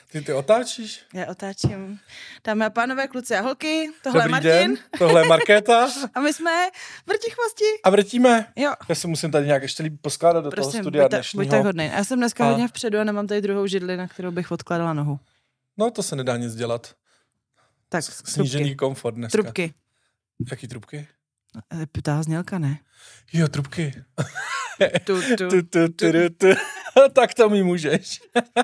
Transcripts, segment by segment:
Ty otáčíš? Já otáčím. Dámy a pánové, kluci a holky, tohle Dobrý je Martin. den, tohle je Markéta. A my jsme vrtichvosti. A vrtíme. Jo. Já se musím tady nějak ještě líp poskládat do toho studia dnešního. Buď tak hodnej. Já jsem dneska hodně vpředu a nemám tady druhou židli, na kterou bych odkladala nohu. No, to se nedá nic dělat. Tak, Snížený komfort dneska. Trubky. Jaký trubky? Ptá znělka, ne? Jo, trubky. Tu. Tak to mi můžeš.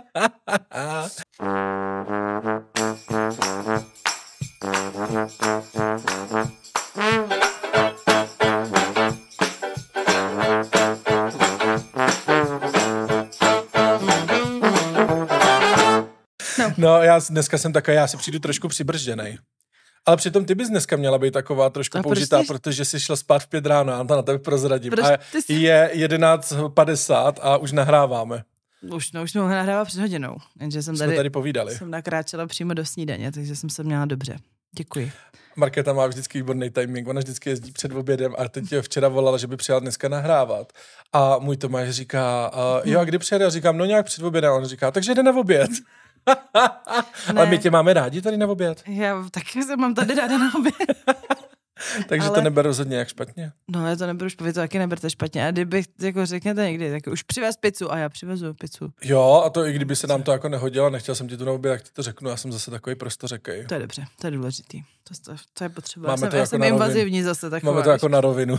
No, dneska jsem takový, já si přijdu trošku přibržděnej. Ale přitom ty bys dneska měla být taková trošku použitá, protože jsi šla spát v 5 ráno a to na tebe prozradím. Je 11:50 a už nahráváme. Už jsme ho nahrávali před hodinou. Jenže jsme tady povídali. Jsem nakráčela přímo do snídaně, takže jsem se měla dobře. Děkuji. Markéta má vždycky výborný timing, ona vždycky jezdí před obědem a teď včera volala, že by přijela dneska nahrávat. A můj Tomáš říká, jo, a kdy přijede? Já říkám, no nějak před obědem. A on říká, takže jde na oběd. Ale my tě máme rádi tady na oběd. Já taky se mám tady ráda na oběd. Takže to neber rozhodně jak špatně. No, já to neberu špatně, vy to taky neberte špatně. A kdybych, jako řekněte někdy, tak už přivez pizzu a já přivezu pizzu. Jo, a to i kdyby se nám to jako nehodilo, nechtěl jsem ti to na oběd, tak ti to řeknu, já jsem zase takový prostořekej. To je dobře, to je důležitý. To je potřeba. Máme Já jsem invazivní zase taková. Máme to jako na rovinu.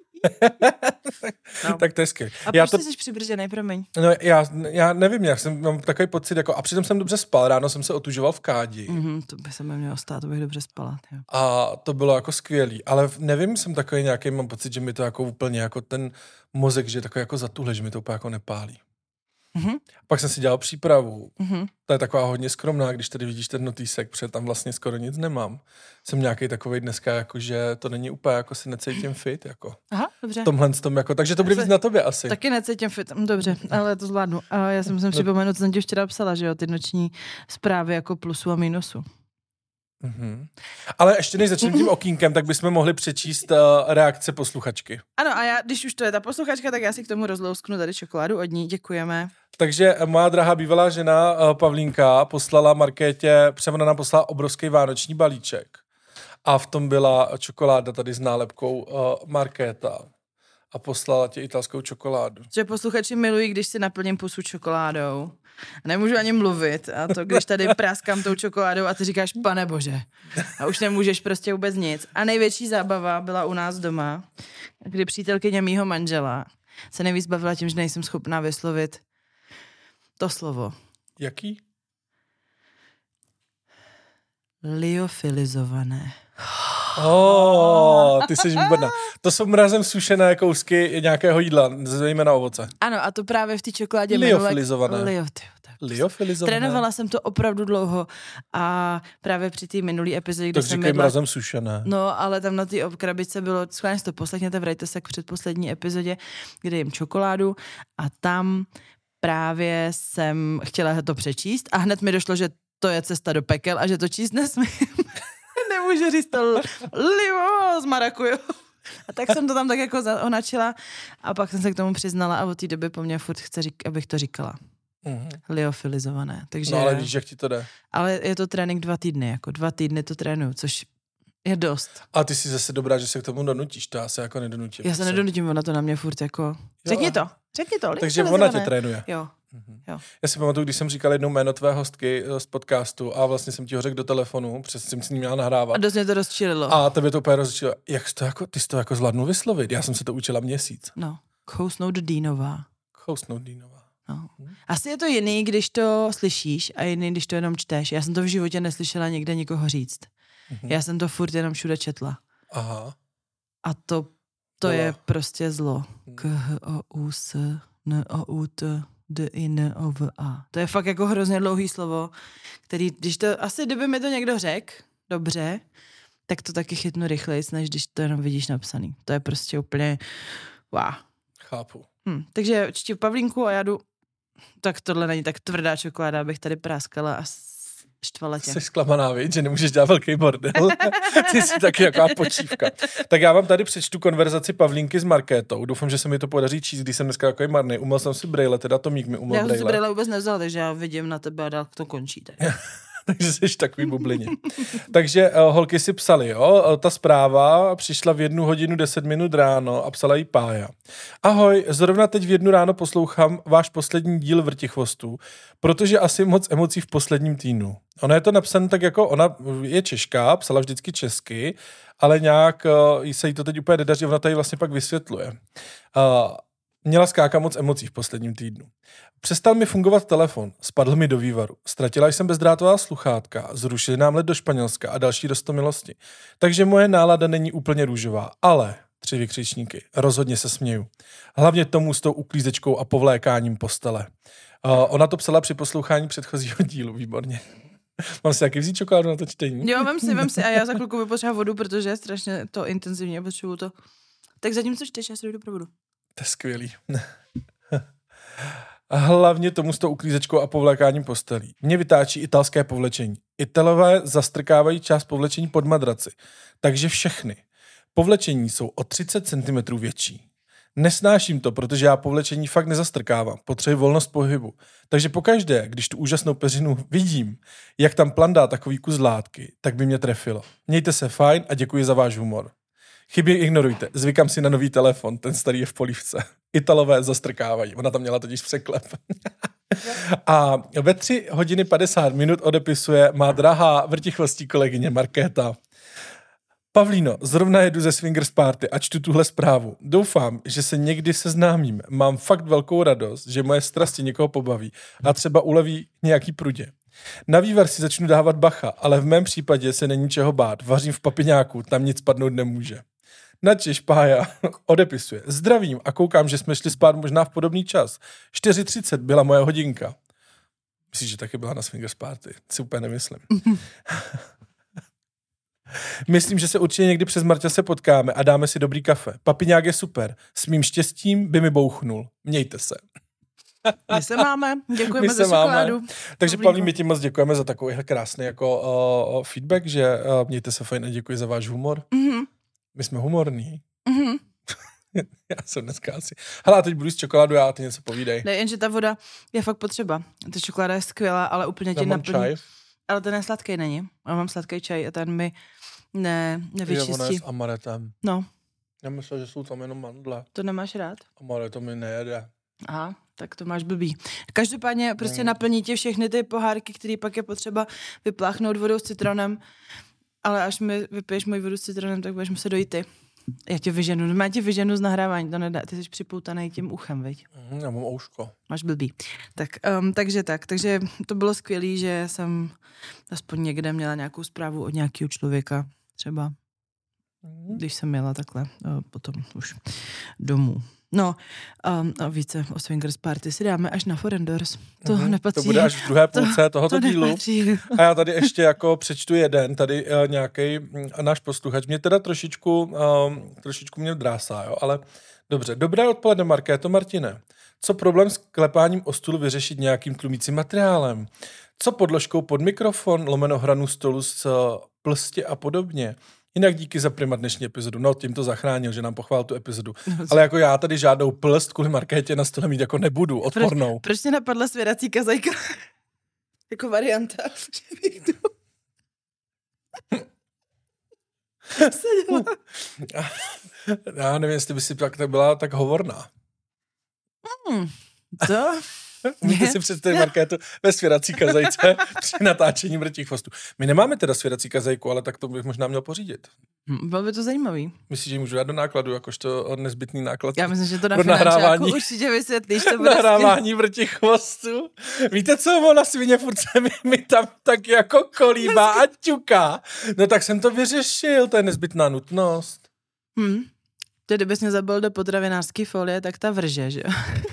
No. Tak to je skvělé. A proč jsi přibržděnej, promiň? No já nevím, mám takový pocit, jako, a přitom jsem dobře spal, ráno jsem se otužoval v kádi. To by se mi mělo stát, to bych dobře spala. Jo. A to bylo jako skvělý, ale nevím, jsem takový nějaký, mám pocit, že mi to jako úplně jako ten mozek, že je takový jako zatuhle, že mi to úplně jako nepálí. Pak jsem si dělal přípravu. To je taková hodně skromná, když tady vidíš ten notýsek, protože tam vlastně skoro nic nemám. Jsem nějaký takovej dneska, jako, že to není úplně, jako si necítím fit, jako. Aha, dobře. Tomhle s tom, jako, takže to bude víc na tobě asi. Taky necítím fit, dobře, ale to zvládnu. A já jsem připomenout, co jsem ti včera psala, že jo, ty noční zprávy jako plusu a minusu. Ale ještě než začneme tím okýnkem, tak bychom mohli přečíst reakce posluchačky. Ano, a já, když už to je ta posluchačka, tak já si k tomu rozlousknu tady čokoládu od ní, děkujeme. Takže moja drahá bývalá žena Pavlínka poslala Markétě, ona nám poslala obrovský vánoční balíček. A v tom byla čokoláda tady s nálepkou Markéta. A poslala ti italskou čokoládu. Že posluchači milují, když si naplním pusu čokoládou. Nemůžu ani mluvit. A to, když tady práskám tou čokoládou a ty říkáš, pane bože. A už nemůžeš prostě vůbec nic. A největší zábava byla u nás doma, kdy přítelkyně mýho manžela se nejvíc bavila tím, že nejsem schopná vyslovit to slovo. Jaký? Liofilizované. Ty jsi výborná. To jsou mrazem sušené kousky nějakého jídla, zejména ovoce. Ano, a to právě v té čokoládě liofilizované. Liofilizované. Trénovala jsem to opravdu dlouho a právě při té minulý epizodě, kdy jsem jedla... mrazem sušené. No, ale tam na té krabičce bylo, schválně si to poslechněte, vrajte se k předposlední epizodě, kde jim čokoládu a tam právě jsem chtěla to přečíst a hned mi došlo, že to je cesta do pekel a že to číst nesmím. Nemůžu říct to livo z marakuju. A tak jsem to tam tak jako onačila a pak jsem se k tomu přiznala a od té doby po mně furt chce, abych to říkala. Liofilizované. Takže, no ale víš, jak ti to jde. Ale je to trénink 2 týdny, jako 2 týdny to trénuju, což je dost. A ty jsi zase dobrá, že se k tomu donutíš, to já se jako nedonutím. Já se nedonutím, ona to na mě furt jako... Řekni to. Takže ona tě trénuje. Jo. Já si pamatuju, když jsem říkal jednou jméno tvé hostky z podcastu a vlastně jsem ti ho řekl do telefonu, přesně jsem si ní měla nahrávat. A dost mě to rozčililo. A tebe to úplně rozčililo. Jak jsi to jako, ty jsi to jako zvládnul vyslovit? Já jsem se to učila měsíc. No, Kousnout Dýnová. No. Asi je to jiný, když to slyšíš a jiný, když to jenom čteš. Já jsem to v životě neslyšela někde nikoho říct. Já jsem to furt jenom všude četla. Aha. A to je prostě zlo. K-H-O-U-S-N-O-U-T-D-I-N-O-V-A. To je fakt jako hrozně dlouhý slovo, který, kdyby mi to někdo řekl, dobře, tak to taky chytnu rychlejc, než když to jenom vidíš napsaný. To je prostě úplně Chápu. Takže čti Pavlínku a já jdu, tak tohle není tak tvrdá čokoláda, abych tady práskala a štvaletě. Jsi zklamaná, víc, že nemůžeš dělat velký bordel. Ty jsi taky jaká počívka. Tak já vám tady přečtu konverzaci Pavlínky s Markétou. Doufám, že se mi to podaří číst, když jsem dneska takový marný. Uměl jsem si brejle, teda Tomík mi uměl brejle. Já jsem si brejle vůbec nevzal, takže já vidím na tebe a dál to končí. Takže jsi takový bublině. Takže holky si psali, jo, ta zpráva přišla v 1:10 ráno a psala jí Pája. Ahoj, zrovna teď v 1 ráno poslouchám váš poslední díl Vrtichvostů, protože asi moc emocí v posledním týdnu. Ona je to napsané tak jako, ona je Češka, psala vždycky česky, ale nějak se jí to teď úplně nedaří, ona tady vlastně pak vysvětluje. Měla skáka moc emocí v posledním týdnu. Přestal mi fungovat telefon, spadl mi do vývaru. Ztratila jsem bezdrátová sluchátka, zrušili nám let do Španělska a další roztomilosti. Takže moje nálada není úplně růžová, ale 3 vykřičníky, rozhodně se směju. Hlavně tomu s tou uklízečkou a povlékáním postele. Ona to psala při poslouchání předchozího dílu, výborně. Mám si taky vzít čokoládu na to čtení? Jo, vem si a já za chvilku vypotřeba vodu, protože je strašně to intenzivně, potřebuju to. Tak zatímco čteš, já si jdu pro vodu. To je skvělý. A hlavně tomu s tou uklízečkou a povlékáním postelí. Mě vytáčí italské povlečení. Italové zastrkávají část povlečení pod madraci. Takže všechny. Povlečení jsou o 30 cm větší. Nesnáším to, protože já povlečení fakt nezastrkávám. Potřebuji volnost pohybu. Takže pokaždé, když tu úžasnou peřinu vidím, jak tam plandá takový kus látky, tak by mě trefilo. Mějte se fajn a děkuji za váš humor. Chyby ignorujte. Zvykám si na nový telefon, ten starý je v polívce. Italové zastrkávají. Ona tam měla totiž překlep. A ve 3:50 odepisuje má drahá vrtichvostí kolegyně Markéta. Pavlíno, zrovna jedu ze Swingers Party a čtu tuhle zprávu. Doufám, že se někdy seznámíme. Mám fakt velkou radost, že moje strasti někoho pobaví a třeba uleví nějaký prudě. Na vývar si začnu dávat bacha, ale v mém případě se není čeho bát. Vařím v papiňáku, tam nic padnout nemůže. Načež Pája odepisuje. Zdravím a koukám, že jsme šli spát možná v podobný čas. 4:30 byla moje hodinka. Myslíš, že taky byla na Swingers Party? Si úplně nemyslím. Myslím, že se určitě někdy přes Marťa se potkáme a dáme si dobrý kafe. Papiňák je super. S mým štěstím by mi bouchnul. Mějte se. My se máme. Děkujeme za čokoládu. Takže Pavlí, my ti moc děkujeme za takovýhle krásný jako feedback, že mějte se fajn a děkuji za váš humor. Mm-hmm. My jsme humorní. Mm-hmm. Já jsem dneska asi. Hele, a teď budu s čokoládu, já ty něco povídej. Ne, jenže ta voda je fakt potřeba. Ta čokoláda je skvělá, ale úplně tě naplní. Čaj. Ale ten je sladký, není. Já mám sladký čaj a ten mi nevyčistí. Ona je s amaretem. No. Já myslel, že jsou tam jenom mandle. To nemáš rád? Amareto mi nejede. Aha, tak to máš blbý. Každopádně prostě naplní tě všechny ty pohárky, které pak je potřeba vypláchnout vodou s citronem, ale až mi vypiješ moji vodu s citronem, tak budeš muset dojít ty. Já tě vyženu z nahrávání, to nedá, ty jsi připoutanej tím uchem, veď? Já mám ouško. Máš blbý. Takže to bylo skvělý, že jsem aspoň někde měla nějakou zprávu od nějakého člověka, třeba, když jsem jela takhle, potom už domů. No, a více o Swingers Party si dáme až na Foreign Doors. To nepatří. To bude až v druhé půlce tohoto dílu. Nepatří. A já tady ještě jako přečtu jeden, tady nějaký náš posluchač. Mě teda trošičku mě drásá, jo, ale dobře. Dobré odpoledne, Markéto, Martine. Co problém s klepáním o stůl vyřešit nějakým tlumícím materiálem? Co podložkou pod mikrofon, lomeno hranu stolu z plstě a podobně? Jinak díky za Prima dnešní epizodu. No, tím to zachránil, že nám pochválil tu epizodu. Ale jako já tady žádnou plst kvůli Markétě na stole mít jako nebudu, odpornou. Proč mě napadla svěrací kazajka? Jako varianta. Já nevím, jestli by si tak byla tak hovorná. To? Můžete si představit Markétu ve svěrací kazajce při natáčení Vrtichvostů. My nemáme teda svěrací kazajku, ale tak to bych možná měl pořídit. Bylo by to zajímavý. Myslíš, že ji můžu dát do nákladu, jakožto nezbytný náklad? Já myslím, že to na finančáku určitě vysvětlíš. To bude nahrávání Vrtichvostů. Víte, co ona svině furt se mi tam tak jako kolíbá a ťuká. No tak jsem to vyřešil, to je nezbytná nutnost. Ty, kdybys mě zabil do potravinářské folie, tak ta vrže, že jo?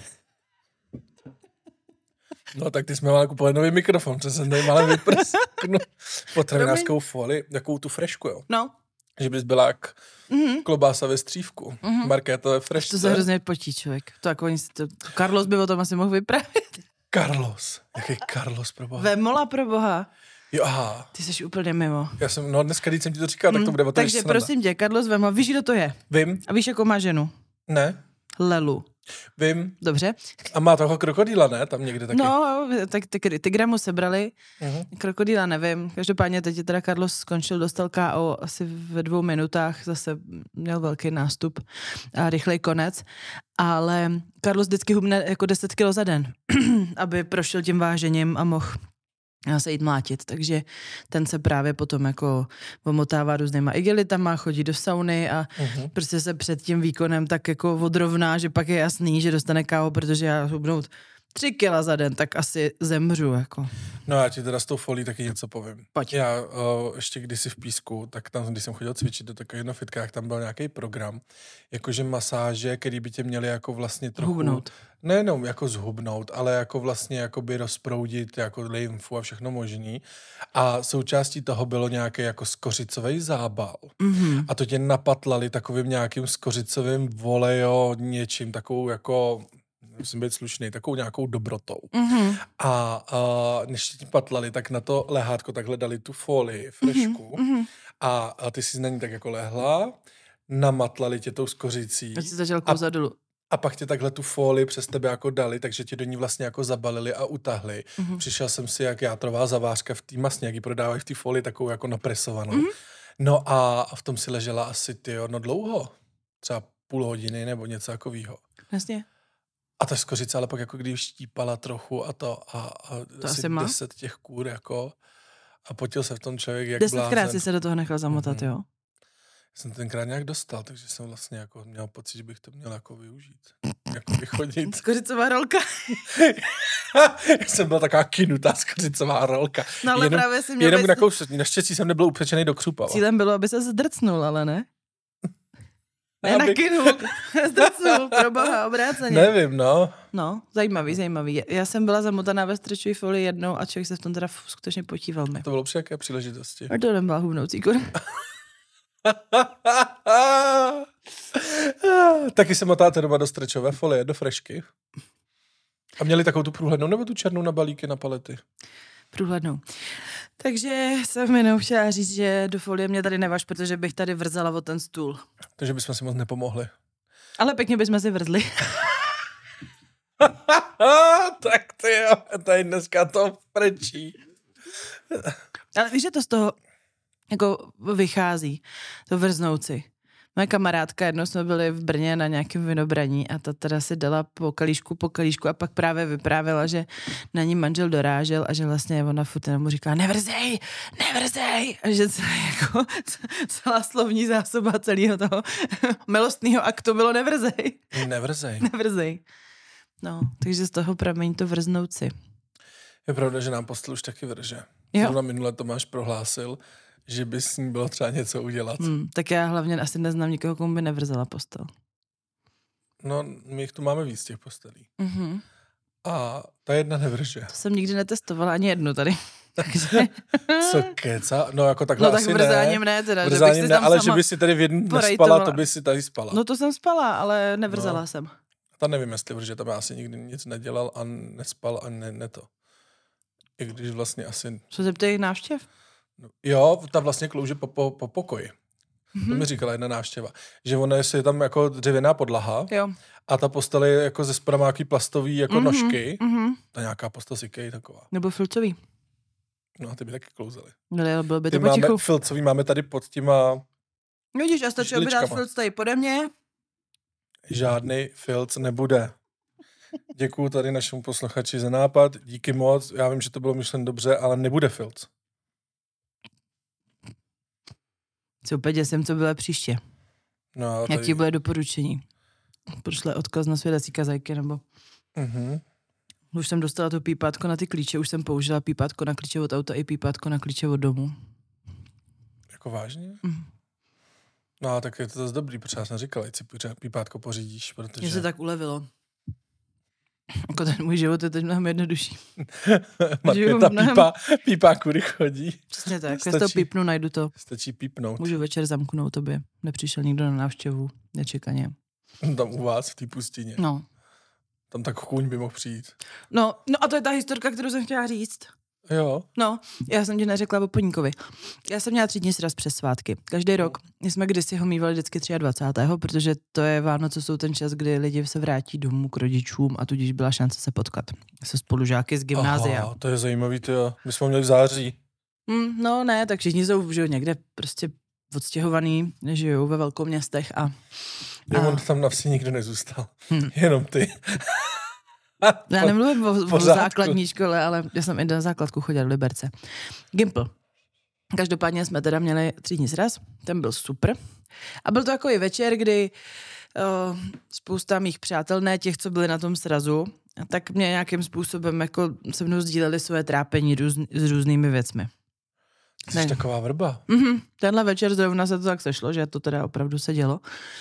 No tak ty jsme mali kupovali nový mikrofon, protože jsem tady malé vyprsknu potravinářskou folii, jakou tu frešku, jo. No. Že bys byla jak klobása ve střívku. Markéta ve frešce. To se hrozně potí člověk. To jako Carlos by o tom asi mohl vyprávět. Carlos. Jaký Carlos, pro boha? Vemola, pro boha. Jo, aha. Ty jsi úplně mimo. Já jsem, no dneska, když jsem ti to říkal, tak to bude Takže snadno. prosím tě, Carlos Vema, víš, kdo to je? Vím. A víš, jakou má ženu? Ne. Lelu. Vím. Dobře. A má toho krokodýla, ne? Tam někde taky. No, tak tygra mu sebrali. Krokodýla nevím. Každopádně teď je teda Carlos skončil, dostal KO asi ve 2 minutách, zase měl velký nástup a rychlej konec. Ale Carlos vždycky hubne jako 10 kilo za den, aby prošel tím vážením a mohl se jít mlátit, takže ten se právě potom jako omotává různýma igelitama, chodí do sauny a prostě se před tím výkonem tak jako odrovná, že pak je jasný, že dostane KO, protože já hubnout 3 kila za den, tak asi zemřu, jako. No já ti teda s tou folí taky něco povím. Pojď. Já ještě kdysi v Písku, tak tam, když jsem chodil cvičit do takových fitkách, tam byl nějaký program, jakože masáže, který by tě měli jako vlastně trochu... Hubnout. Nejenom jako zhubnout, ale jako vlastně jakoby rozproudit jako lymfu a všechno možný. A součástí toho bylo nějaký jako skořicový zábal. A to tě napatlali takovým nějakým skořicovým volejo něčím, takovou jako... musím být slušný, takovou nějakou dobrotou. A než ti patlali, tak na to lehátko takhle dali tu folii, frešku. A ty si na ní tak jako lehla, namatlali tě tou skořicí. A jsi začal kouzat dolů. A pak tě takhle tu folii přes tebe jako dali, takže tě do ní vlastně jako zabalili a utahli. Přišel jsem si jak játrová zavářka v té masně, jak ji prodávají v té folii takovou jako napresovanou. No a v tom si ležela asi dlouho. Třeba půl hodiny nebo něco takového. Jasně. A ta skořice ale pak jako když štípala trochu a to asi 10 těch kůr jako a potil se v tom člověk jak 10krát si se do toho nechal zamotat, jo? Jsem tenkrát nějak dostal, takže jsem vlastně jako měl pocit, že bych to měl jako využít. Jako vychodit. Skořicová rolka. Jsem byla taková kinutá skořicová rolka. No ale právě si měl... Jenom naštěstí jsem nebyl upřečený do křupa. Cílem bylo, aby se zdrcnul, ale ne? Nenakynul, zdrcnul, pro boha, obráceně. Nevím, no. No, zajímavý. Já jsem byla zamotaná ve strečové folii jednou a člověk se v tom teda skutečně potí velmi. To bylo při jaké příležitosti? A to nebyla hubnoucí kur. Taky se motáte doma do strečové folie, do frešky. A měli takovou tu průhlednou nebo tu černou na balíky, na palety? Průhlednou. Takže jsem jenom chtěla říct, že do folie mě tady nevaž, protože bych tady vrzala o ten stůl. Takže bychom si moc nepomohli. Ale pěkně bychom si vrzli. Tak ty jo, tady dneska to frečí. Ale víš, že to z toho jako vychází, to vrznouci. Moje kamarádka, jednou jsme byli v Brně na nějakém vinobraní a ta teda si dala po kalíšku a pak právě vyprávěla, že na ní manžel dorážel a že vlastně ona furt mu říká nevrzej! A že celá slovní zásoba celého toho milostného aktu bylo nevrzej. No, takže z toho pramení to vrznouci. Je pravda, že nám postel už taky vrže. Zrovna minule Tomáš prohlásil, že by s ní bylo třeba něco udělat. Tak já hlavně asi neznám nikoho, komu by nevrzela postel. No, my jich tu máme víc těch postelí. A ta jedna nevrže. To jsem nikdy netestovala ani jednu tady. Takže... Co keca? No jako takhle no, asi tak vrzáním ne. Teda, vrzáním že bych si ne, ale sama že by si tady v jednu nespala, to by si tady spala. No to jsem spala, ale nevrzela jsem. Ta nevím, jestli vrže, tam já asi nikdy nic nedělal a nespal a ne to. I když vlastně asi... Co zeptej návštěv? Jo, ta vlastně klouže po pokoji. To mi říkala jedna návštěva. Že ona je tam jako dřevěná podlaha a ta postel je jako ze spoda má nějaký plastový jako nožky. Ta nějaká postel z Ikei taková. Nebo filcový. No a ty by taky klouzely. No, bylo by to potichu. Filcový máme tady pod těma... Vidíš, a stačilo by dát filc tady pode mě. Žádný filc nebude. Děkuju tady našemu posluchači za nápad. Díky moc. Já vím, že to bylo myšlen dobře, ale nebude filc. Co úplně děsím, co bylo příště. No, tady... Jaký bude doporučení? Pošle odkaz na svědací kazajky, nebo... Už jsem dostala to pípátko na ty klíče, už jsem použila pípátko na klíče od auta i pípátko na klíče od domu. Jako vážně? No, tak je to zase dobrý, protože já jsem říkala, ať si pípátko pořídíš, protože... Mně se tak ulevilo. Jako ten můj život je teď mnohem jednodušší. Markéta pípá, kudy chodí. Přesně tak, já to pípnu, najdu to. Stačí pípnout. Můžu večer zamknout, aby nepřišel nikdo na návštěvu, nečekaně. Tam u vás v té pustině. No. Tam tak kůň by mohl přijít. No a to je ta historka, kterou jsem chtěla říct. Jo. No, já jsem ti neřekla o Poníkovi. Já jsem měla 3 dní sraz přes svátky. Každý rok. My jsme kdysi ho mívali vždycky 23. protože to je Vánoce, jsou ten čas, kdy lidi se vrátí domů k rodičům a tudíž byla šance se potkat se spolužáky z gymnázia. Aha, to je zajímavý, to. My jsme měli v září. No ne, tak všichni jsou že někde prostě odstěhovaný, žijou ve velkoměstech a... On tam na vsi nikdo nezůstal. Jenom ty. Já nemluvím o základní škole, ale já jsem i na základku chodila do Liberce. Gimpl. Každopádně jsme teda měli 3 dní sraz, ten byl super. A byl to jako i večer, kdy spousta mých přátel, ne těch, co byli na tom srazu, tak mě nějakým způsobem jako se mnou sdíleli svoje trápení s různými věcmi. Jsi taková vrba. Tenhle večer zrovna se to tak sešlo, že to teda opravdu se dělo.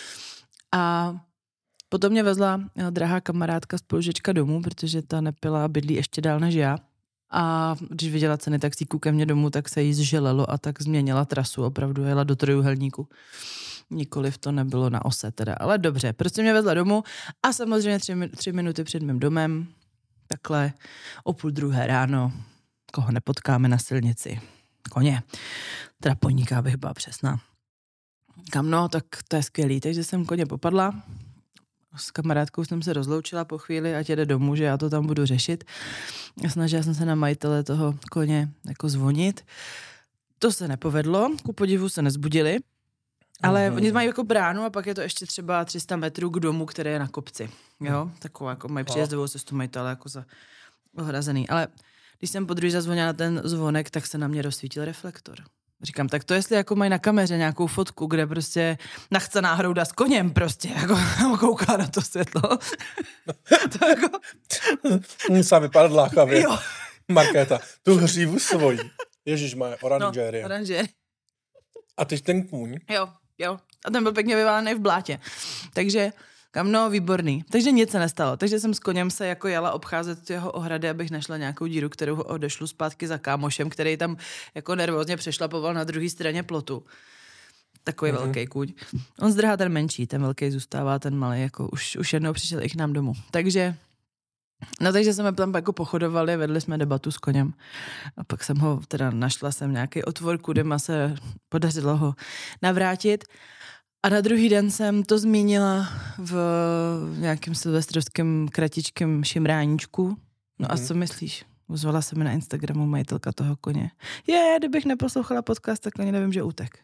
A potom mě vezla drahá kamarádka spolužečka domů, protože ta nepila a bydlí ještě dál než já. A když viděla ceny taxíku ke mně domů, tak se jí zželelo a tak změnila trasu. Opravdu jela do Trojúhelníku. Nikoliv to nebylo na ose teda, ale dobře. Prostě mě vezla domů a samozřejmě 3 minuty před mým domem, takhle o 1:30 ráno, koho nepotkáme na silnici. Koně. Teda Poníka, abych byla přesná. Kam no, tak to je skvělý. Takže jsem koně popadla. S kamarádkou jsem se rozloučila po chvíli, ať jede domů, že já to tam budu řešit. Snažila jsem se na majitele toho koně jako zvonit. To se nepovedlo, ku podivu se nezbudili, ale oni mají jako bránu a pak je to ještě třeba 300 metrů k domu, který je na kopci. Jo, takovou jako mají příjezdovou cestu, mají to ale jako ohrazený. Ale když jsem podruhé zazvonila na ten zvonek, tak se na mě rozsvítil reflektor. Říkám, tak to jestli jako mají na kameře nějakou fotku, kde prostě nachcená hrouda s koněm prostě, jako kouká na to světlo. To jako... Musá vypadat lákavě. Jo. Markéta, tu hřívu svojí. Ježišmarja, oranžérie. No, oranžérie. A teď ten kůň. Jo. A ten byl pěkně vyválený v blátě. Takže no, výborný. Takže nic se nestalo. Takže jsem s koněm se jako jela obcházet jeho ohrady, abych našla nějakou díru, kterou ho odešlu zpátky za kámošem, který tam jako nervózně přešlapoval na druhé straně plotu. Takový velký kůň. On zdrhá ten menší, ten velký zůstává, ten malý jako už jednou přišel i k nám domů. Takže jsme tam jako pochodovali, vedli jsme debatu s koněm. A pak jsem ho teda našla nějaký otvor, kudem a se podařilo ho navrátit. A na druhý den jsem to zmínila v nějakém silvestrovském kratičkém šimráníčku. No a co myslíš? Ozvala se mi na Instagramu majitelka toho koně. Kdybych neposlouchala podcast, tak ani nevím, že utek.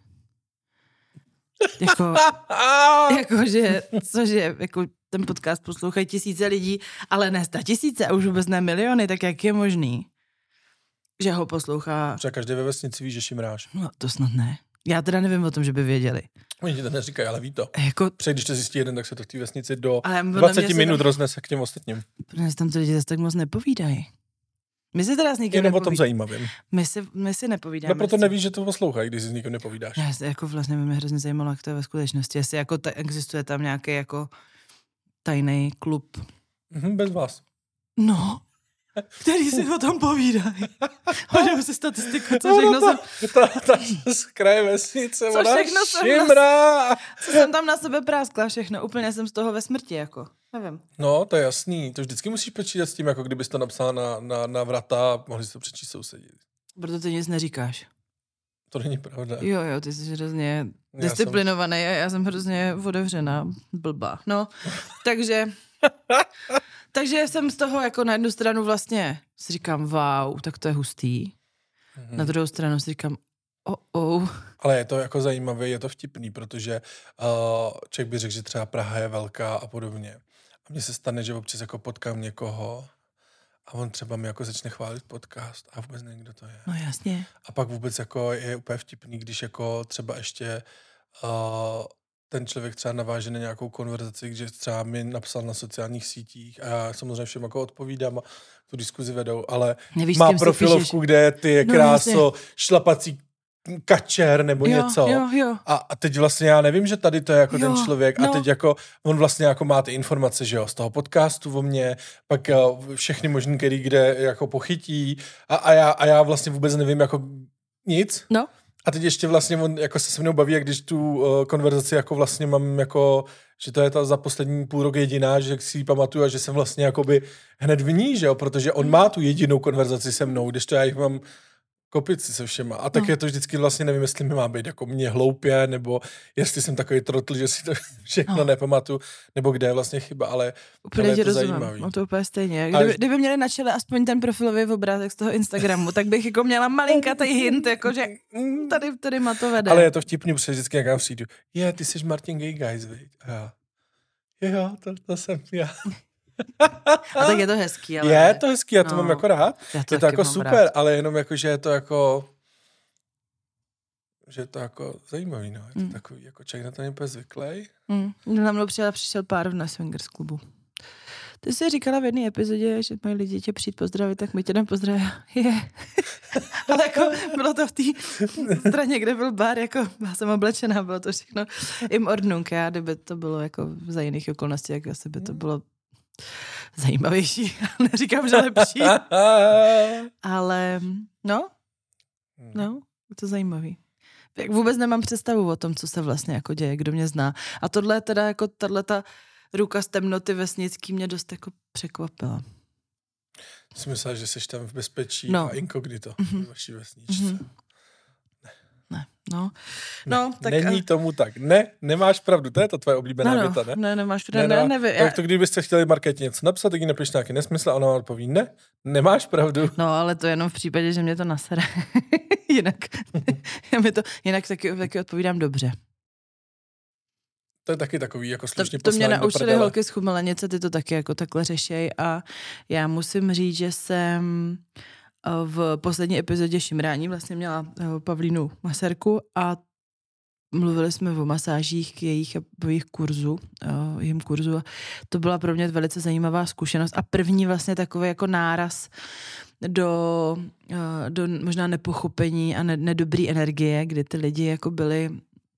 Cože, ten podcast poslouchají 1000 lidí, ale ne 100 000 a už vůbec ne miliony, tak jak je možný, že ho poslouchá... Třeba každý ve vesnici ví, že šimráš. No, to snad ne. Já teda nevím o tom, že by věděli. Oni ti to neříkají, ale ví to. Jako... Když to zjistí jeden, tak se to v té vesnici do 20 minut roznese k těm ostatním. Protože tam to lidi zase tak moc nepovídají. My si teda s nikým jenom o tom zajímavým. My si nepovídáme. No proto nevíš, že to poslouchají, když si s nikým nepovídáš. Já se jako vlastně mě hrozně zajímalo, jak to je ve skutečnosti. Jestli jako existuje tam nějaký jako tajný klub. Bez vás. No, který si ho tam povídají. Hodím si statistiku, co všechno jsem... Ta z kraje vesnice, co všechno šimrá. Co jsem tam na sebe práskla všechno. Úplně jsem z toho ve smrti, jako. Nevím. No, to je jasný. To vždycky musíš počítat s tím, jako kdybys to napsala na vrata a mohli si to přečíst sousedit. Proto ty nic neříkáš. To není pravda. Jo, ty jsi hrozně disciplinovaný a já jsem hrozně otevřená, blbá. No, takže jsem z toho jako na jednu stranu vlastně si říkám, wow, tak to je hustý. Na druhou stranu si říkám, Ale je to jako zajímavé, je to vtipný, protože člověk by řekl, že třeba Praha je velká a podobně. A mně se stane, že občas jako potkám někoho a on třeba mi jako začne chválit podcast a vůbec nevím, kdo to je. No jasně. A pak vůbec jako je úplně vtipný, když jako třeba ještě ten člověk třeba naváže na nějakou konverzaci, že třeba mi napsal na sociálních sítích a já samozřejmě všem jako odpovídám a tu diskuzi vedou, ale nevíš, má profilovku, kde ty je kráso, šlapací kačer nebo něco. Jo. A teď vlastně já nevím, že tady to je jako ten člověk a teď jako on vlastně jako má ty informace, že jo, z toho podcastu o mně, pak všechny možný, který kde jako pochytí a já vlastně vůbec nevím jako nic. No. A teď ještě vlastně on jako se mnou baví, jak když tu konverzaci jako vlastně mám jako, že to je ta za poslední půl rok jediná, že si ji pamatuju a že jsem vlastně jakoby hned v ní, že jo, protože on má tu jedinou konverzaci se mnou, když to já jich mám kopici se všema. A tak je to vždycky vlastně, nevím, jestli mi má být jako mě hloupě, nebo jestli jsem takový trotl, že si to všechno nepamatuju, nebo kde je vlastně chyba, ale úplně je to rozumím. zajímavý. No to úplně stejně. Kdyby měli na čele aspoň ten profilový obrázek z toho Instagramu, tak bych jako měla malinkatý hint, jako že tady ma to vede. Ale je to vtipný, protože vždycky jak já přijdu, ty jsi Martin Gay Guys, viď? A já, jo, to jsem já. A tak je to hezký, ale... Je to hezký, já to mám jako rád. Je to jako super, rád. ale jenom jako, že je to jako... Že je to jako zajímavý, no. Je to takový, jako člověk na to není úplně zvyklý. Na mnou přišel pár na swingers klubu. Ty jsi říkala v jedné epizodě, že mají lidi tě přijít pozdravit, tak my tě jdem pozdravit. Ale jako bylo to v té straně, kde byl bar, jako já jsem oblečená, bylo to všechno im ordnung. Já, kdyby to bylo jako za jiných okolností, jak asi by to bylo zajímavější. Neříkám, že lepší. Ale no, je to zajímavý. Jak vůbec nemám představu o tom, co se vlastně jako děje, kdo mě zná. A tohle je teda jako tato ruka z temnoty vesnický mě dost jako překvapila. Jsi myslela, že jsi tam v bezpečí a inkognito v vaší vesničce. No, tak... Není tomu tak. Ne, nemáš pravdu, to je to tvoje oblíbená věta, ne? Ne, nemáš pravdu, nevím. Tak to kdybyste chtěli Markétě něco napsat, tak jí napiš nějaký nesmysl a ona odpoví, ne, nemáš pravdu. No, ale to jenom v případě, že mě to nasere. jinak taky odpovídám dobře. To je taky takový jako slušně to mě naučili holky z Chumelenice, ty to taky jako takhle řešej a já musím říct, že jsem v poslední epizodě Šimrání vlastně měla Pavlínu masérku a mluvili jsme o masážích k jejich kurzu. A to byla pro mě velice zajímavá zkušenost a první vlastně takový jako náraz do možná nepochopení a nedobrý energie, kdy ty lidi jako byli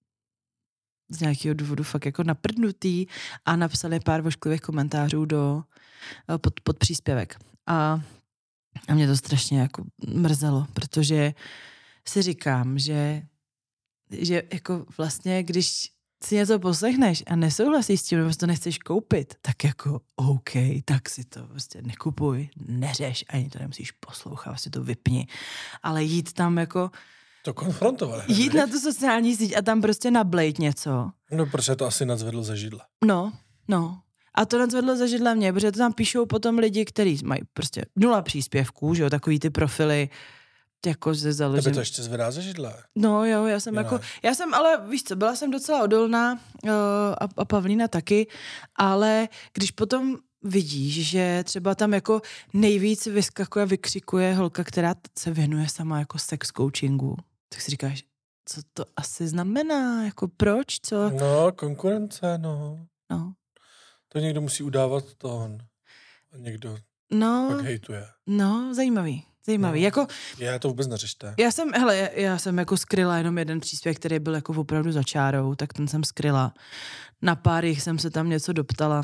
z nějakého důvodu fakt jako naprdnutý a napsali pár vošklivých komentářů pod příspěvek. A mě to strašně jako mrzelo, protože si říkám, že jako vlastně, když si něco poslechneš a nesouhlasíš s tím, nebo to nechceš koupit, tak jako OK, tak si to prostě nekupuj, neřeš, ani to nemusíš poslouchat, vlastně to vypni. Ale jít tam jako... To konfrontovat. Jít na tu sociální síť a tam prostě nablejt něco. No, protože to asi nadzvedlo ze židla. No. A to nadzvedlo ze židla mě, protože to tam píšou potom lidi, kteří mají prostě 0 příspěvků, že jo, takový ty profily, jako ze založení. Tebe to ještě zvedá ze židla. No jo, já jsem ale, víš co, byla jsem docela odolná a Pavlína taky, ale když potom vidíš, že třeba tam jako nejvíc vyskakuje, vykřikuje holka, která se věnuje sama jako sex coachingu, tak si říkáš, co to asi znamená, jako proč, co? No, konkurence, no. To někdo musí udávat tón a někdo pak hejtuje. No, zajímavý. Jako, Já to vůbec neřešte. Já jsem jako skryla jenom jeden příspěvek, který byl jako opravdu za čárou, tak ten jsem skryla. Na pár jich jsem se tam něco doptala.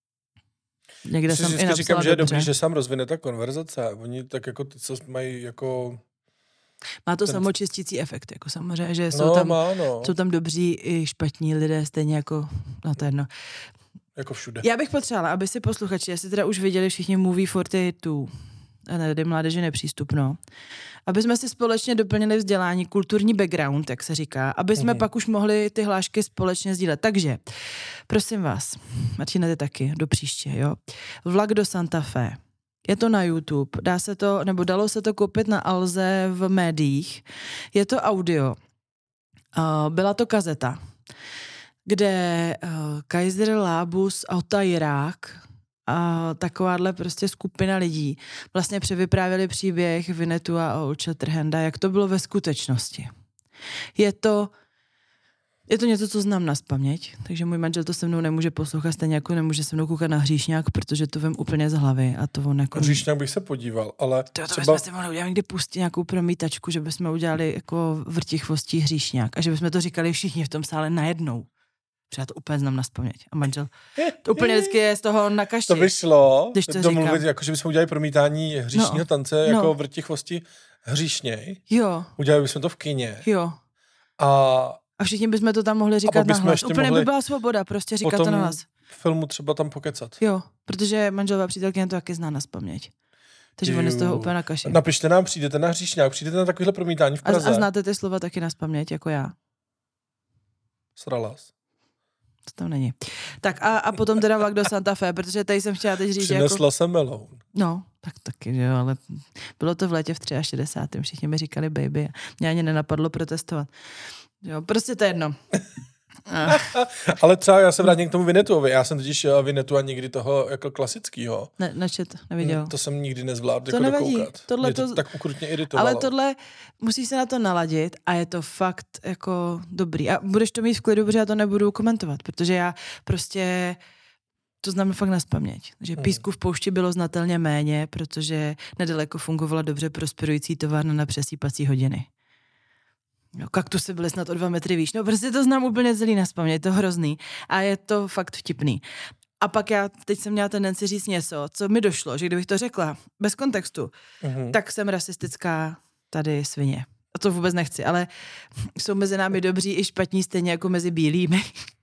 Někde jsem i napsala říkám, že je dobrý, že sám rozvine ta konverzace. Oni tak jako ty, co mají jako... Má to samočistící efekt, jako samozřejmě, že jsou tam dobří i špatní lidé, stejně jako, no to je jedno. Jako všude. Já bych potřebovala, aby si posluchači, jestli teda už viděli všichni Movie 42, tedy Mládeži nepřístupno, aby jsme si společně doplnili vzdělání, kulturní background, jak se říká, aby jsme pak už mohli ty hlášky společně sdílet. Takže, prosím vás, Martina, ty taky, do příště, jo. Vlak do Santa Fe. Je to na YouTube, dalo se to koupit na Alze v médiích. Je to audio. Byla to kazeta, kde Kaiser Labus, Auta Irák a takováhle prostě skupina lidí vlastně převyprávěli příběh Winnetou a Old Shatterhanda, jak to bylo ve skutečnosti. Je to něco, co znám nazpaměť, takže můj manžel to se mnou nemůže poslouchat, stejně jako nemůže se mnou koukat na Hříšňák, protože to vem úplně z hlavy a to on jako... Hříšňák bych se podíval, ale to bychom si mohli udělat někdy pustit nějakou promítačku, že bychom udělali jako Vrtichvostí Hříšňák a že bychom to říkali všichni v tom sále najednou. Protože já to úplně znám nazpaměť. A manžel to úplně vždycky je z toho na kaši. To by šlo, když to domluvit, jako že bychom udělali promítání hříšního tance, jako Vrtichvosti Hříšněj. Jo. Udělali bychom to v kině. Jo. A všichni bychom to tam mohli říkat nahlas. Úplně by byla svoboda, prostě říkat to nahlas. V filmu třeba tam pokecat. Jo, protože manželová přítelkyně to taky zná nazpaměť. Takže on je z toho úplně na kaši. Napište nám, přijdete na Hříšňák, přijdete na takovéhle promítání v Praze. A znáte ty slova taky nazpaměť, jako já. Sralas. To tam není. Tak a potom teda vlak do Santa Fe, protože tady jsem chtěla teď říct, přinesla jsem meloun. No, tak taky, jo, ale bylo to v létě v 63. Všichni mi říkali baby. Mě ani nenapadlo protestovat. Jo, prostě to je jedno. Ale třeba já se vrátím k tomu Vinetuovi. Já jsem totiž Vinetua nikdy toho jako klasickýho. Nečet, neviděl. To jsem nikdy nezvládl to jako nevadí. dokoukat. Tohle mě to tak ukrutně iritovalo. Ale tohle musíš se na to naladit a je to fakt jako dobrý. A budeš to mít v klidu, protože já to nebudu komentovat, protože já prostě to znám fakt nazpaměť. Že písku v poušti bylo znatelně méně, protože nedaleko fungovala dobře prosperující továrna na přesýpací hodiny. No, kaktusy byly snad o 2 metry výš. No prostě to znám úplně celý nazpaměť, je to hrozný. A je to fakt vtipný. A pak teď jsem měla tendenci říct něco, co mi došlo, že kdybych to řekla bez kontextu, tak jsem rasistická tady svině. A to vůbec nechci, ale jsou mezi námi dobří i špatní, stejně jako mezi bílými.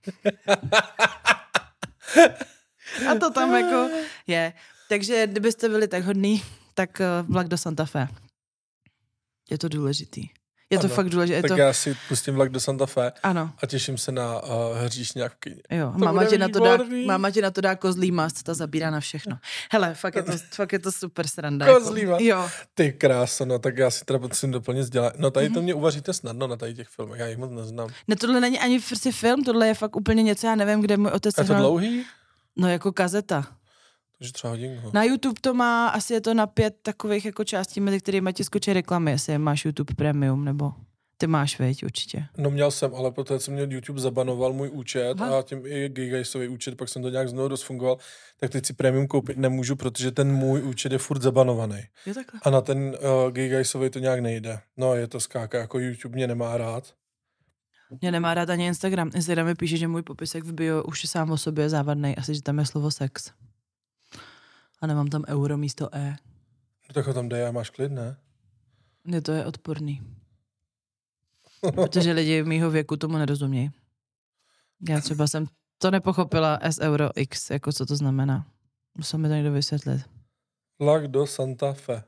A to tam jako je. Takže kdybyste byli tak hodný, tak vlak do Santa Fe. Je to důležitý. Je to fakt důležité. Tak já si pustím vlak do Santa Fe a těším se na Hříšňák v kyně. Jo, máma ti na to dá kozlí mast, ta zabírá na všechno. Hele, fakt je to super sranda. Kozlí mast? Jo. Ty kráso, no tak já si teda potřebujím doplnit vzdělání. No tady to mě uvaříte snadno na tady těch filmech, já jich moc neznám. Ne, tohle není ani film, tohle je fakt úplně něco, já nevím, kde můj otec... Je to dlouhý? No jako kazeta. Takže třeba hodinku. Na YouTube to má, asi je to na 5 takových jako částí, mezi kterými ti skočí reklamy, jestli máš YouTube Premium, nebo ty máš, veď, určitě. No měl jsem, ale protože jsem měl YouTube zabanoval můj účet a tím i Gigajsový účet, pak jsem to nějak znovu rozfungoval, tak teď si Premium koupit nemůžu, protože ten můj účet je furt zabanovaný. Jo, takhle. A na ten Gigajsový to nějak nejde. No je to skáka, jako YouTube mě nemá rád. Mě nemá rád ani Instagram. Instagram mi píše, že můj popisek v bio už je sám o sobě závadnej, asi, že tam je slovo sex. A nemám tam euro místo E. No tak ho tam dej a máš klid, ne? Mně to je odporný. Protože lidi mýho věku tomu nerozumějí. Já třeba jsem to nepochopila S euro X, jako co to znamená. Musel mi to někdo vysvětlit. Vlak do Santa Fe.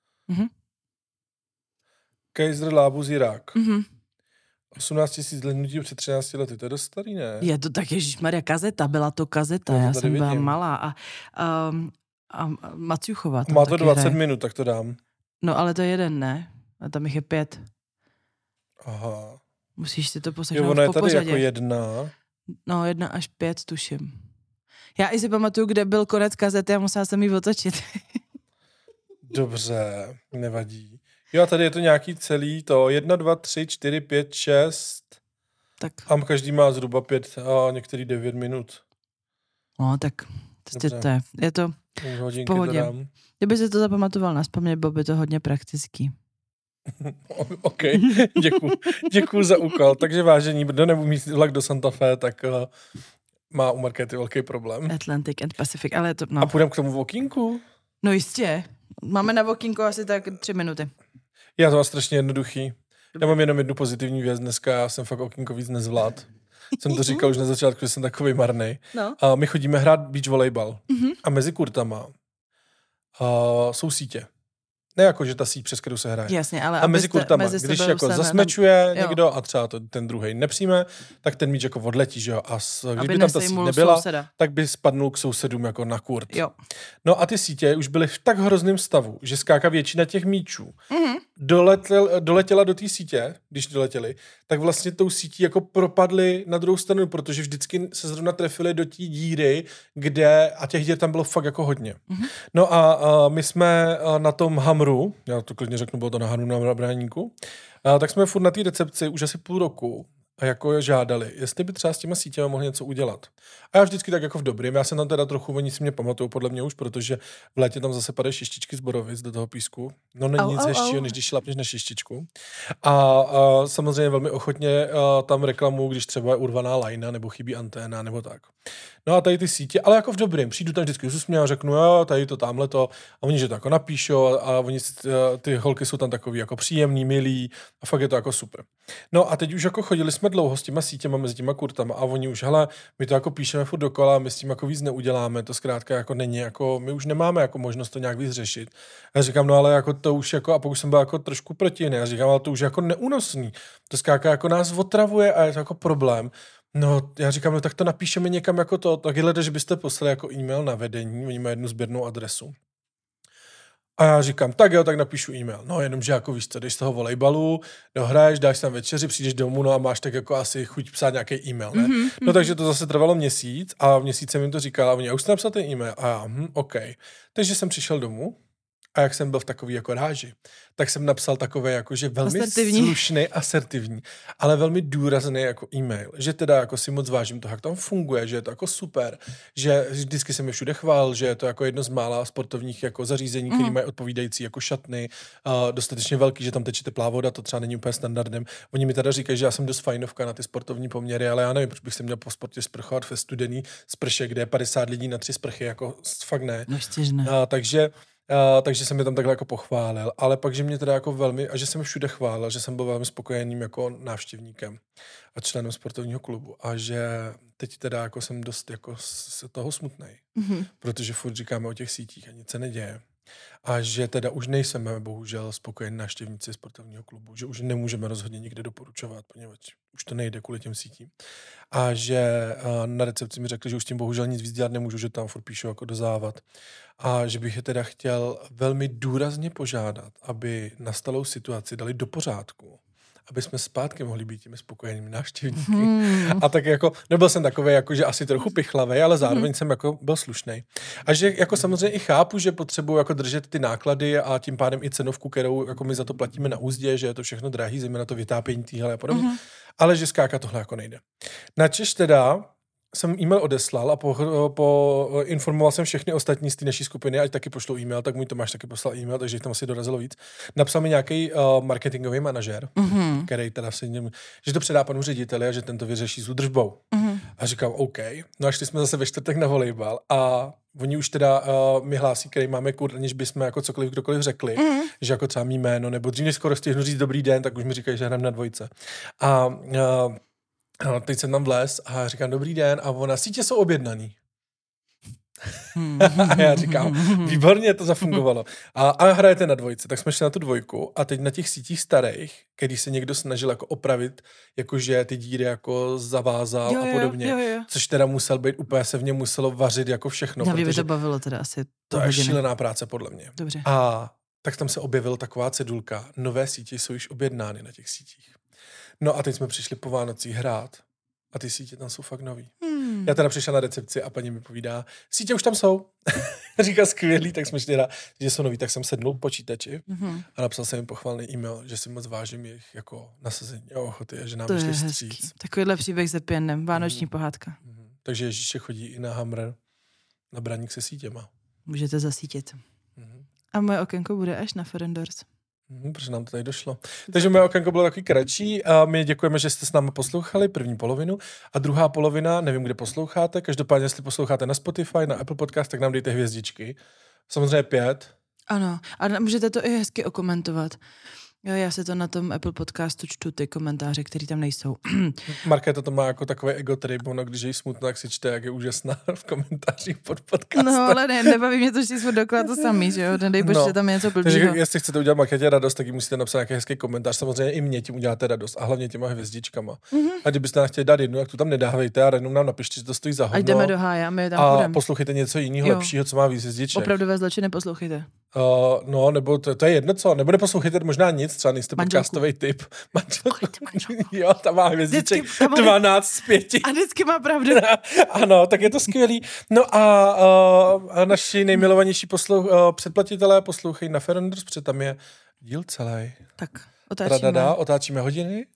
Kejzer Lábus Irák. 18 000 zhlédnutí před 13 lety, to je dost starý, ne? Je to tak, ježišmarja, kazeta, byla to kazeta, já jsem byla malá a Maciuchová. Má to 20 minut, tak to dám. No ale to je jeden, ne? A tam jich je 5. Aha. Musíš si to poslechnout po pořadě. Jo, ona je tady jako 1. No, 1 až 5, tuším. Já i si pamatuju, kde byl konec kazety a musela jsem ji otočit. Dobře, nevadí. Jo, a tady je to nějaký celý to 1, 2, 3, 4, 5, 6. Tak. A každý má zhruba 5 a některý 9 minut. No, tak je to v pohodě. Kdyby si to zapamatoval nazpaměť, bylo by to hodně praktický. OK, děkuju za úkol. Takže vážení, kdo nebude mít vlak do Santa Fe, tak má u Markéty velký problém. Atlantic and Pacific, ale to... No. A půjdeme k tomu walkingu? No jistě. Máme na walkingu asi tak 3 minuty. Já to mám strašně jednoduchý. Já mám jenom jednu pozitivní věc dneska, já jsem fakt walkingu víc nezvlád. Jsem to říkal už na začátku, že jsem takovej marnej. No. A my chodíme hrát beach volejbal. A mezi kurtama jsou sítě. Ne jako, že ta síť, přes kterou se hraje. Jasně, ale a mezi kurtama, když jako zasmečuje někdo a třeba ten druhej nepřijme, tak ten míč jako odletí, že jo. A kdyby tam ta síť nebyla, tak by spadnul k sousedům jako na kurt. Jo. No a ty sítě už byly v tak hrozném stavu, že skáka většina těch míčů doletěla do té sítě, když doletěli, tak vlastně tou sítí jako propadly na druhou stranu, protože vždycky se zrovna trefili do té díry, kde, a těch dír tam bylo fakt jako hodně. No a my jsme na tom Hamru, já to klidně řeknu, bylo to na Hamru na Braníku, tak jsme furt na té recepci už asi půl roku a jako žádali, jestli by třeba s těma sítěma mohli něco udělat. A já vždycky tak jako v dobrým, já jsem tam teda trochu, oni si mě pamatují podle mě už, protože v létě tam zase padají šištičky z borovic do toho písku. No není nic hezčího, než když šlapneš na šištičku. A samozřejmě velmi ochotně tam reklamuju, když třeba je urvaná lajna, nebo chybí anténa, nebo tak. No a tady ty sítě, ale jako v dobrým, přijdu tam vždycky usměju a řeknu, jo, tady to, tamhle to, a oni že to jako napíšou a oni, ty holky jsou tam takový jako příjemný, milí a fakt je to jako super. No a teď už jako chodili jsme dlouho s těma sítěma mezi těma kurtama a oni už, hele, my to jako píšeme furt dokola, my s tím jako víc neuděláme, to zkrátka jako není, jako my už nemáme jako možnost to nějak víc řešit. Já říkám, no ale jako to už jako, a pokud jsem byl jako trošku proti jiný, já říkám, ale to už je jako neúnosný, to zkrátka jako nás otravuje a je to jako problém. No, já říkám, no tak to napíšeme někam jako to, takhle, že byste poslali jako e-mail na vedení, oni mají jednu sběrnou adresu. A já říkám, tak jo, tak napíšu e-mail. No, jenomže jako víš co, jdeš z toho volejbalu, dohraješ, dáš tam večeři, přijdeš domů, no a máš tak jako asi chuť psát nějaký e-mail, ne? No takže to zase trvalo měsíc a v měsíc jsem jim to říkal a oni, já už jste napsal ten e-mail a já, OK. Takže jsem přišel domů a jak jsem byl v takový jako ráži, tak jsem napsal takové jakože velmi slušný, asertivní, ale velmi důrazný jako e-mail, že teda jako si moc vážím toho, jak tam funguje, že je to jako super, že vždycky jsem je všude chválil, že je to jako jedno z mála sportovních jako zařízení, které mají odpovídající jako šatny, dostatečně velký, že tam teče teplá voda, to třeba není úplně standardem. Oni mi teda říkají, že já jsem dost fajnovka na ty sportovní poměry, ale já nevím, proč bych se měl po sportě sprchovat ve studený sprše, kde je 50 lidí na 3 sprchy, jako fakt ne. Takže jsem je tam takhle jako pochválil, ale pak, že mě teda jako velmi, a že jsem všude chválil, že jsem byl velmi spokojeným jako návštěvníkem a členem sportovního klubu a že teď teda jako jsem dost jako z toho smutnej, protože furt říkáme o těch sítích a nic se neděje. A že teda už nejsme bohužel spokojení návštěvníci sportovního klubu, že už nemůžeme rozhodně nikde doporučovat, poněvadž už to nejde kvůli těm sítím. A že na recepci mi řekli, že už tím bohužel nic víc dělat nemůžu, že tam furt píšu jako do závad. A že bych je teda chtěl velmi důrazně požádat, aby nastalou situaci dali do pořádku, aby jsme zpátky mohli být těmi spokojenými návštěvníky. A tak jako, nebyl jsem takový, jako, že asi trochu pichlavej, ale zároveň jsem jako byl slušnej. A že jako samozřejmě i chápu, že potřebuji jako držet ty náklady a tím pádem i cenovku, kterou jako my za to platíme na úzdě, že je to všechno drahý, zejména to vytápění týhle a podobně. Ale že skáka tohle jako nejde. Načež teda jsem e-mail odeslal a informoval jsem všechny ostatní z té naší skupiny, ať taky pošlou e-mail, tak můj Tomáš taky poslal e-mail, takže jich tam asi dorazilo víc. Napsal mi nějaký marketingový manažer, který teda si něm, že to předá panu řediteli a že ten to vyřeší s údržbou. A říkám, OK. No a šli jsme zase ve čtvrtek na volejbal a oni už teda mi hlásí, který máme kurz, aniž bychom jako cokoliv kdokoliv řekli, že jako třeba mý jméno, nebo dřív než skoro stihnu říct dobrý den, tak už mi říkají, že hrám na dvojce. A teď jsem tam vlez a říkám dobrý den a ona, sítě jsou objednaný. A já říkám, výborně, to zafungovalo. A hrajete na dvojce, tak jsme šli na tu dvojku a teď na těch sítích starých, který se někdo snažil jako opravit, jakože ty díry jako zavázal a podobně, což teda musel být, úplně se v něm muselo vařit jako všechno. Já by to bavilo teda asi. To je šílená práce podle mě. Dobře. A tak tam se objevila taková cedulka, nové sítě jsou již objednány na těch sítích. No a teď jsme přišli po Vánocích hrát a ty sítě tam jsou fakt nový. Já teda přišel na recepci a paní mi povídá, sítě už tam jsou. Říká skvělý, tak jsme šli hrát, že jsou nový, tak jsem sednul k počítači a napsal jsem jim pochvalný e-mail, že si moc vážím jejich jako nasazení a ochoty a že nám vyšli vstříc. Takovýhle příběh se pěnem, vánoční pohádka. Takže Ježíše chodí i na Hammer na braník se sítěma. Můžete zasítit. A moje okénko bude až na Ferendors. Protože nám to tady došlo. Takže moje okénko bylo takový kratší a my děkujeme, že jste s námi poslouchali první polovinu a druhá polovina, nevím, kde posloucháte, každopádně, jestli posloucháte na Spotify, na Apple Podcast, tak nám dejte hvězdičky. Samozřejmě 5. Ano, a můžete to i hezky okomentovat. Jo, já se to na tom Apple Podcastu čtu, ty komentáře, které tam nejsou. Markéta to má jako takové ego trip, ono když je jí smutno, tak si čte, jak je úžasná v komentářích pod podcastem. No, ale nebaví mě to, že jsme dokola to samý, že jo? Nedej bože, že tam je něco blbýho. Takže jestli chcete udělat Markétě radost, tak jí musíte napsat nějaký hezký komentář. Samozřejmě i mě tím uděláte radost a hlavně těma hvězdičkama. A kdybyste nám chtěli dát jednu, jak tu tam nedávejte a jenom nám napište, že to stojí za hodno. Ať jdeme do háje a my tam a poslouchejte něco jiného lepšího, co má víc hvězdiček. Opravdové zločiny poslouchejte. No, nebo to je jedno co, nebo neposlouchejte možná nic, třeba nejste podcastový typ. Manželku. Jo, tam má hvězdiček 12 z 5. A vždycky má pravdu. Ano, tak je to skvělý. No a naši nejmilovanější předplatitelé poslouchají na Ferendors, protože tam je díl celý. Tak, otáčíme. Otáčíme hodiny